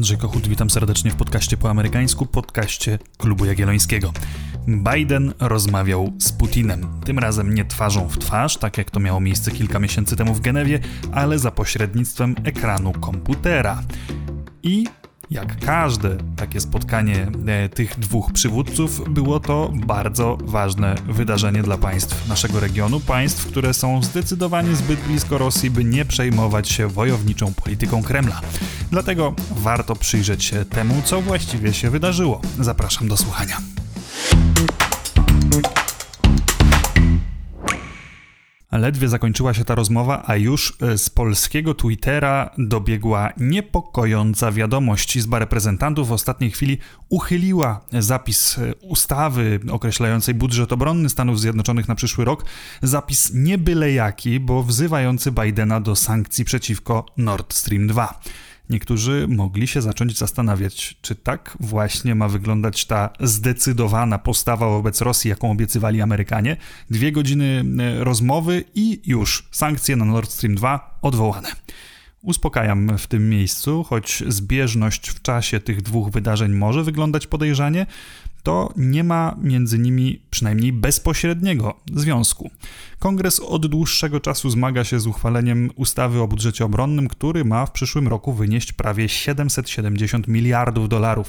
Andrzej Kochut, witam serdecznie w podcaście po amerykańsku, podcaście Klubu Jagiellońskiego. Biden rozmawiał z Putinem. Tym razem nie twarzą w twarz, tak jak to miało miejsce kilka miesięcy temu w Genewie, ale za pośrednictwem ekranu komputera. I jak każde takie spotkanie tych dwóch przywódców, było to bardzo ważne wydarzenie dla państw naszego regionu, państw, które są zdecydowanie zbyt blisko Rosji, by nie przejmować się wojowniczą polityką Kremla. Dlatego warto przyjrzeć się temu, co właściwie się wydarzyło. Zapraszam do słuchania. Ledwie zakończyła się ta rozmowa, a już z polskiego Twittera dobiegła niepokojąca wiadomość. Izba Reprezentantów w ostatniej chwili uchyliła zapis ustawy określającej budżet obronny Stanów Zjednoczonych na przyszły rok. Zapis nie byle jaki, bo wzywający Bidena do sankcji przeciwko Nord Stream 2. Niektórzy mogli się zacząć zastanawiać, czy tak właśnie ma wyglądać ta zdecydowana postawa wobec Rosji, jaką obiecywali Amerykanie. 2 godziny rozmowy i już sankcje na Nord Stream 2 odwołane. Uspokajam w tym miejscu, choć zbieżność w czasie tych dwóch wydarzeń może wyglądać podejrzanie, to nie ma między nimi przynajmniej bezpośredniego związku. Kongres od dłuższego czasu zmaga się z uchwaleniem ustawy o budżecie obronnym, który ma w przyszłym roku wynieść prawie $770 miliardów.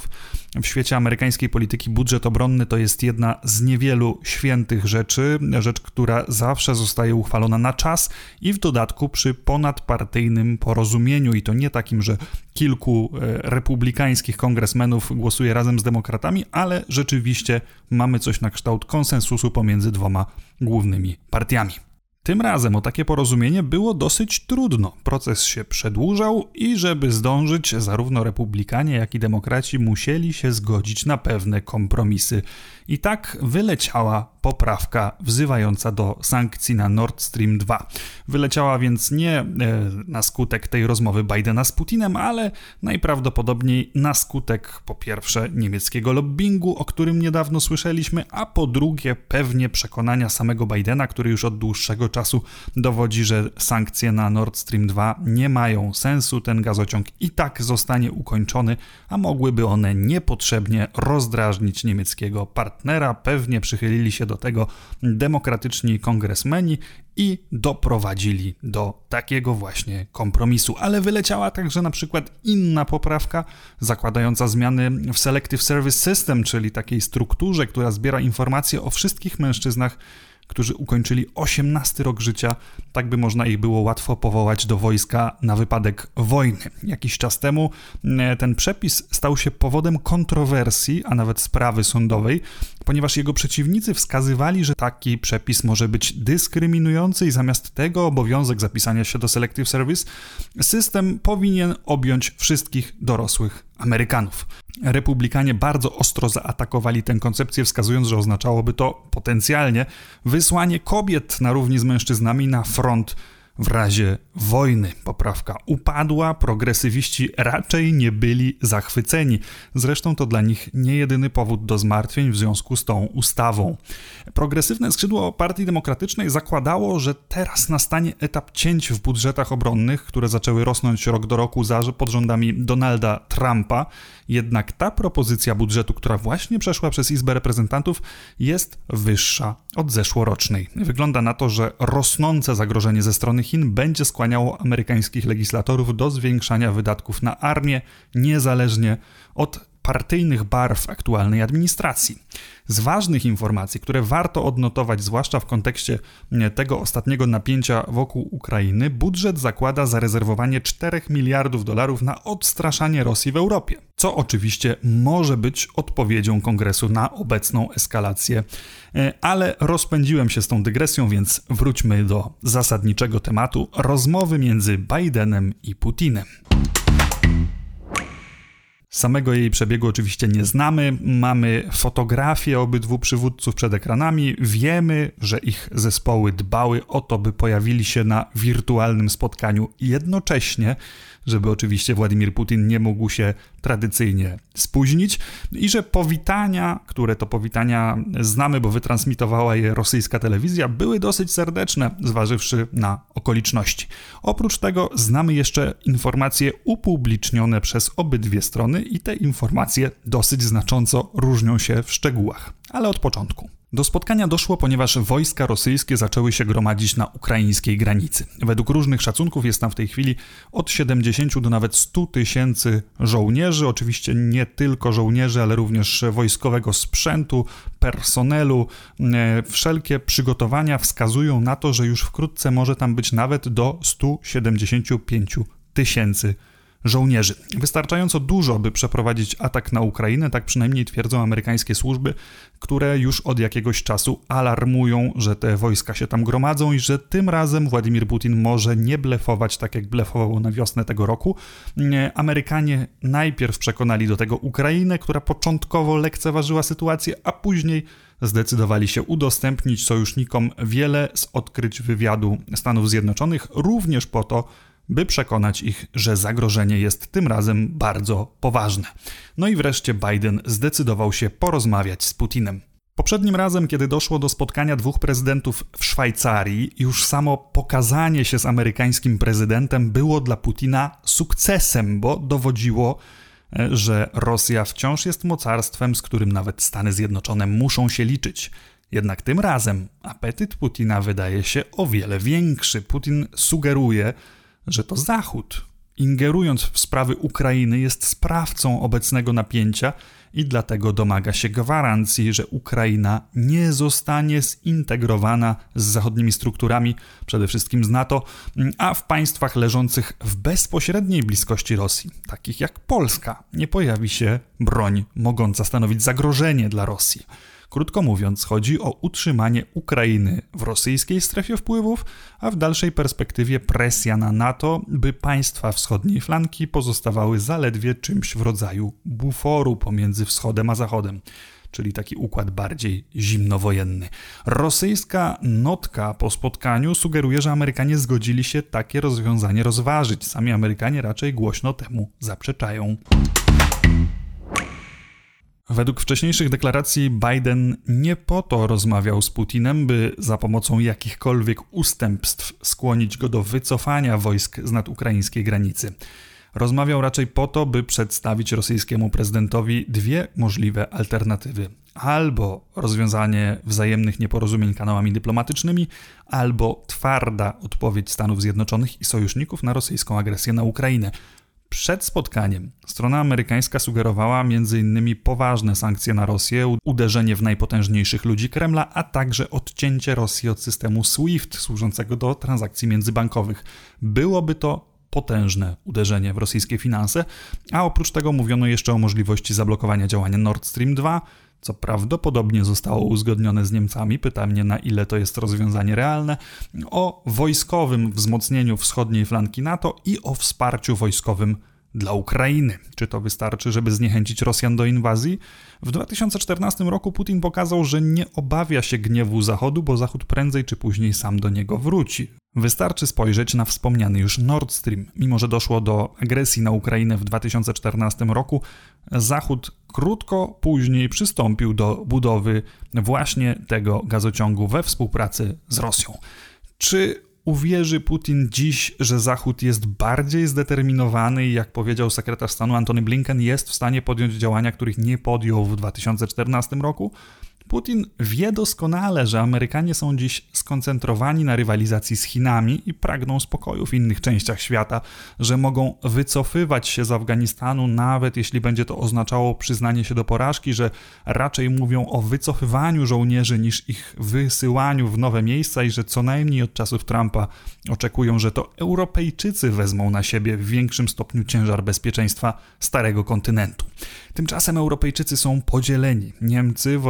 W świecie amerykańskiej polityki budżet obronny to jest jedna z niewielu świętych rzeczy, rzecz, która zawsze zostaje uchwalona na czas i w dodatku przy ponadpartyjnym porozumieniu i to nie takim, że kilku republikańskich kongresmenów głosuje razem z demokratami, ale rzeczywiście mamy coś na kształt konsensusu pomiędzy dwoma głównymi partiami. Tym razem o takie porozumienie było dosyć trudno. Proces się przedłużał i żeby zdążyć, zarówno republikanie, jak i demokraci musieli się zgodzić na pewne kompromisy. I tak wyleciała poprawka wzywająca do sankcji na Nord Stream 2. Wyleciała więc nie na skutek tej rozmowy Bidena z Putinem, ale najprawdopodobniej na skutek po pierwsze niemieckiego lobbingu, o którym niedawno słyszeliśmy, a po drugie pewnie przekonania samego Bidena, który już od dłuższego czasu dowodzi, że sankcje na Nord Stream 2 nie mają sensu, ten gazociąg i tak zostanie ukończony, a mogłyby one niepotrzebnie rozdrażnić niemieckiego partnera. Pewnie przychylili się do tego demokratyczni kongresmeni i doprowadzili do takiego właśnie kompromisu. Ale wyleciała także na przykład inna poprawka zakładająca zmiany w Selective Service System, czyli takiej strukturze, która zbiera informacje o wszystkich mężczyznach, którzy ukończyli 18 rok życia, tak by można ich było łatwo powołać do wojska na wypadek wojny. Jakiś czas temu ten przepis stał się powodem kontrowersji, a nawet sprawy sądowej, ponieważ jego przeciwnicy wskazywali, że taki przepis może być dyskryminujący i zamiast tego obowiązek zapisania się do Selective Service system powinien objąć wszystkich dorosłych Amerykanów. Republikanie bardzo ostro zaatakowali tę koncepcję, wskazując, że oznaczałoby to potencjalnie wysłanie kobiet na równi z mężczyznami na front w razie wojny. Poprawka upadła, progresywiści raczej nie byli zachwyceni. Zresztą to dla nich nie jedyny powód do zmartwień w związku z tą ustawą. Progresywne skrzydło Partii Demokratycznej zakładało, że teraz nastanie etap cięć w budżetach obronnych, które zaczęły rosnąć rok do roku pod rządami Donalda Trumpa. Jednak ta propozycja budżetu, która właśnie przeszła przez Izbę Reprezentantów, jest wyższa od zeszłorocznej. Wygląda na to, że rosnące zagrożenie ze strony Chin będzie skłaniało amerykańskich legislatorów do zwiększania wydatków na armię, niezależnie od partyjnych barw aktualnej administracji. Z ważnych informacji, które warto odnotować, zwłaszcza w kontekście tego napięcia wokół Ukrainy, budżet zakłada zarezerwowanie $4 miliardów na odstraszanie Rosji w Europie, co oczywiście może być odpowiedzią Kongresu na obecną eskalację. Ale rozpędziłem się z tą dygresją, więc wróćmy do zasadniczego tematu rozmowy między Bidenem i Putinem. Samego jej przebiegu oczywiście nie znamy, mamy fotografie obydwu przywódców przed ekranami, wiemy, że ich zespoły dbały o to, by pojawili się na wirtualnym spotkaniu jednocześnie, żeby oczywiście Władimir Putin nie mógł się tradycyjnie spóźnić i że powitania, które to powitania znamy, bo wytransmitowała je rosyjska telewizja, były dosyć serdeczne, zważywszy na okoliczności. Oprócz tego znamy jeszcze informacje upublicznione przez obydwie strony i te informacje dosyć znacząco różnią się w szczegółach. Ale od początku. Do spotkania doszło, ponieważ wojska rosyjskie zaczęły się gromadzić na ukraińskiej granicy. Według różnych szacunków jest tam w tej chwili od 70 do nawet 100 tysięcy żołnierzy. Oczywiście nie tylko żołnierzy, ale również wojskowego sprzętu, personelu. Wszelkie przygotowania wskazują na to, że już wkrótce może tam być nawet do 175 tysięcy żołnierzy. Wystarczająco dużo, by przeprowadzić atak na Ukrainę, tak przynajmniej twierdzą amerykańskie służby, które już od jakiegoś czasu alarmują, że te wojska się tam gromadzą i że tym razem Władimir Putin może nie blefować tak, jak blefował na wiosnę tego roku. Amerykanie najpierw przekonali do tego Ukrainę, która początkowo lekceważyła sytuację, a później zdecydowali się udostępnić sojusznikom wiele z odkryć wywiadu Stanów Zjednoczonych, również po to, by przekonać ich, że zagrożenie jest tym razem bardzo poważne. No i wreszcie Biden zdecydował się porozmawiać z Putinem. Poprzednim razem, kiedy doszło do spotkania dwóch prezydentów w Szwajcarii, już samo pokazanie się z amerykańskim prezydentem było dla Putina sukcesem, bo dowodziło, że Rosja wciąż jest mocarstwem, z którym nawet Stany Zjednoczone muszą się liczyć. Jednak tym razem apetyt Putina wydaje się o wiele większy. Putin sugeruje, że to Zachód, ingerując w sprawy Ukrainy, jest sprawcą obecnego napięcia i dlatego domaga się gwarancji, że Ukraina nie zostanie zintegrowana z zachodnimi strukturami, przede wszystkim z NATO, a w państwach leżących w bezpośredniej bliskości Rosji, takich jak Polska, nie pojawi się broń mogąca stanowić zagrożenie dla Rosji. Krótko mówiąc, chodzi o utrzymanie Ukrainy w rosyjskiej strefie wpływów, a w dalszej perspektywie presja na NATO, by państwa wschodniej flanki pozostawały zaledwie czymś w rodzaju buforu pomiędzy wschodem a zachodem, czyli taki układ bardziej zimnowojenny. Rosyjska notka po spotkaniu sugeruje, że Amerykanie zgodzili się takie rozwiązanie rozważyć. Sami Amerykanie raczej głośno temu zaprzeczają. Według wcześniejszych deklaracji Biden nie po to rozmawiał z Putinem, by za pomocą jakichkolwiek ustępstw skłonić go do wycofania wojsk z nadukraińskiej granicy. Rozmawiał raczej po to, by przedstawić rosyjskiemu prezydentowi dwie możliwe alternatywy. Albo rozwiązanie wzajemnych nieporozumień kanałami dyplomatycznymi, albo twarda odpowiedź Stanów Zjednoczonych i sojuszników na rosyjską agresję na Ukrainę. Przed spotkaniem strona amerykańska sugerowała m.in. poważne sankcje na Rosję, uderzenie w najpotężniejszych ludzi Kremla, a także odcięcie Rosji od systemu SWIFT służącego do transakcji międzybankowych. Byłoby to potężne uderzenie w rosyjskie finanse, a oprócz tego mówiono jeszcze o możliwości zablokowania działania Nord Stream 2, co prawdopodobnie zostało uzgodnione z Niemcami, pytanie na ile to jest rozwiązanie realne, o wojskowym wzmocnieniu wschodniej flanki NATO i o wsparciu wojskowym dla Ukrainy. Czy to wystarczy, żeby zniechęcić Rosjan do inwazji? W 2014 roku Putin pokazał, że nie obawia się gniewu Zachodu, bo Zachód prędzej czy później sam do niego wróci. Wystarczy spojrzeć na wspomniany już Nord Stream. Mimo że doszło do agresji na Ukrainę w 2014 roku, Zachód krótko później przystąpił do budowy właśnie tego gazociągu we współpracy z Rosją. Czy uwierzy Putin dziś, że Zachód jest bardziej zdeterminowany i, jak powiedział sekretarz stanu Antony Blinken, jest w stanie podjąć działania, których nie podjął w 2014 roku? Putin wie doskonale, że Amerykanie są dziś skoncentrowani na rywalizacji z Chinami i pragną spokoju w innych częściach świata, że mogą wycofywać się z Afganistanu, nawet jeśli będzie to oznaczało przyznanie się do porażki, że raczej mówią o wycofywaniu żołnierzy niż ich wysyłaniu w nowe miejsca i że co najmniej od czasów Trumpa oczekują, że to Europejczycy wezmą na siebie w większym stopniu ciężar bezpieczeństwa starego kontynentu. Tymczasem Europejczycy są podzieleni. Niemcy woleliby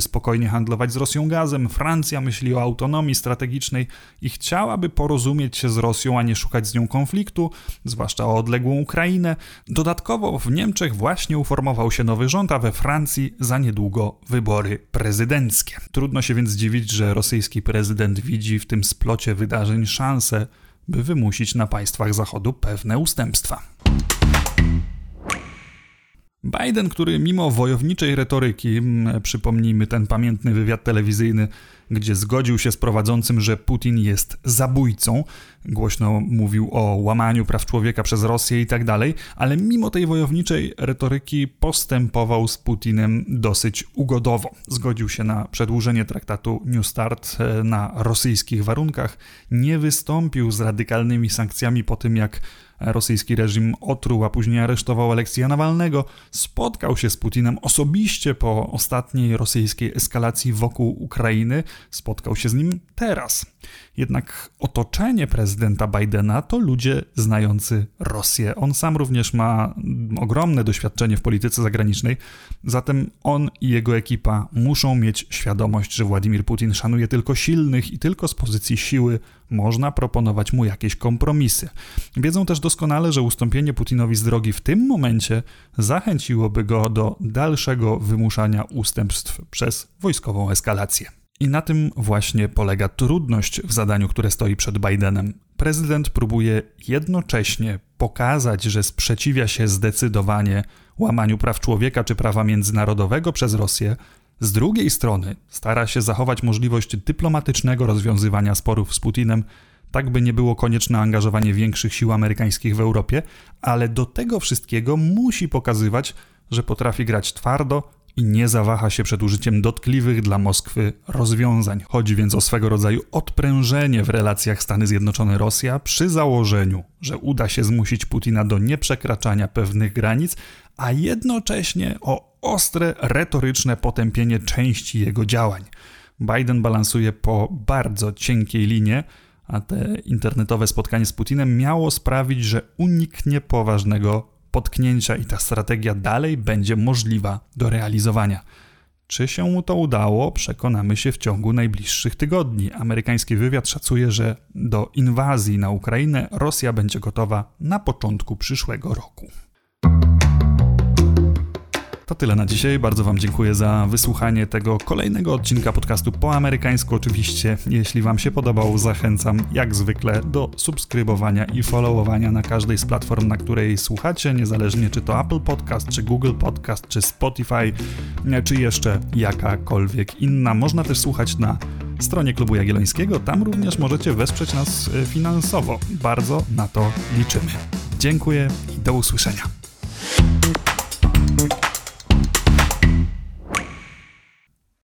spokojnie handlować z Rosją gazem, Francja myśli o autonomii strategicznej i chciałaby porozumieć się z Rosją, a nie szukać z nią konfliktu, zwłaszcza o odległą Ukrainę. Dodatkowo w Niemczech właśnie uformował się nowy rząd, a we Francji za niedługo wybory prezydenckie. Trudno się więc dziwić, że rosyjski prezydent widzi w tym splocie wydarzeń szansę, by wymusić na państwach Zachodu pewne ustępstwa. Biden, który mimo wojowniczej retoryki, przypomnijmy ten pamiętny wywiad telewizyjny, gdzie zgodził się z prowadzącym, że Putin jest zabójcą, głośno mówił o łamaniu praw człowieka przez Rosję i tak dalej, ale mimo tej wojowniczej retoryki postępował z Putinem dosyć ugodowo. Zgodził się na przedłużenie traktatu New START na rosyjskich warunkach, nie wystąpił z radykalnymi sankcjami po tym, jak rosyjski reżim otruł, a później aresztował Aleksieja Nawalnego, spotkał się z Putinem osobiście po ostatniej rosyjskiej eskalacji wokół Ukrainy, spotkał się z nim teraz. Jednak otoczenie prezydenta Bidena to ludzie znający Rosję. On sam również ma ogromne doświadczenie w polityce zagranicznej, zatem on i jego ekipa muszą mieć świadomość, że Władimir Putin szanuje tylko silnych i tylko z pozycji siły można proponować mu jakieś kompromisy. Wiedzą też doskonale, że ustąpienie Putinowi z drogi w tym momencie zachęciłoby go do dalszego wymuszania ustępstw przez wojskową eskalację. I na tym właśnie polega trudność w zadaniu, które stoi przed Bidenem. Prezydent próbuje jednocześnie pokazać, że sprzeciwia się zdecydowanie łamaniu praw człowieka czy prawa międzynarodowego przez Rosję. Z drugiej strony stara się zachować możliwość dyplomatycznego rozwiązywania sporów z Putinem, tak by nie było konieczne angażowanie większych sił amerykańskich w Europie, ale do tego wszystkiego musi pokazywać, że potrafi grać twardo i nie zawaha się przed użyciem dotkliwych dla Moskwy rozwiązań. Chodzi więc o swego rodzaju odprężenie w relacjach Stany Zjednoczone-Rosja przy założeniu, że uda się zmusić Putina do nieprzekraczania pewnych granic, a jednocześnie o ostre, retoryczne potępienie części jego działań. Biden balansuje po bardzo cienkiej linie, a te internetowe spotkanie z Putinem miało sprawić, że uniknie poważnego potknięcia i ta strategia dalej będzie możliwa do realizowania. Czy się mu to udało, przekonamy się w ciągu najbliższych tygodni. Amerykański wywiad szacuje, że do inwazji na Ukrainę Rosja będzie gotowa na początku przyszłego roku. To tyle na dzisiaj. Bardzo Wam dziękuję za wysłuchanie tego kolejnego odcinka podcastu po amerykańsku. Oczywiście, jeśli Wam się podobał, zachęcam jak zwykle do subskrybowania i followowania na każdej z platform, na której słuchacie, niezależnie czy to Apple Podcast, czy Google Podcast, czy Spotify, czy jeszcze jakakolwiek inna. Można też słuchać na stronie Klubu Jagiellońskiego. Tam również możecie wesprzeć nas finansowo. Bardzo na to liczymy. Dziękuję i do usłyszenia.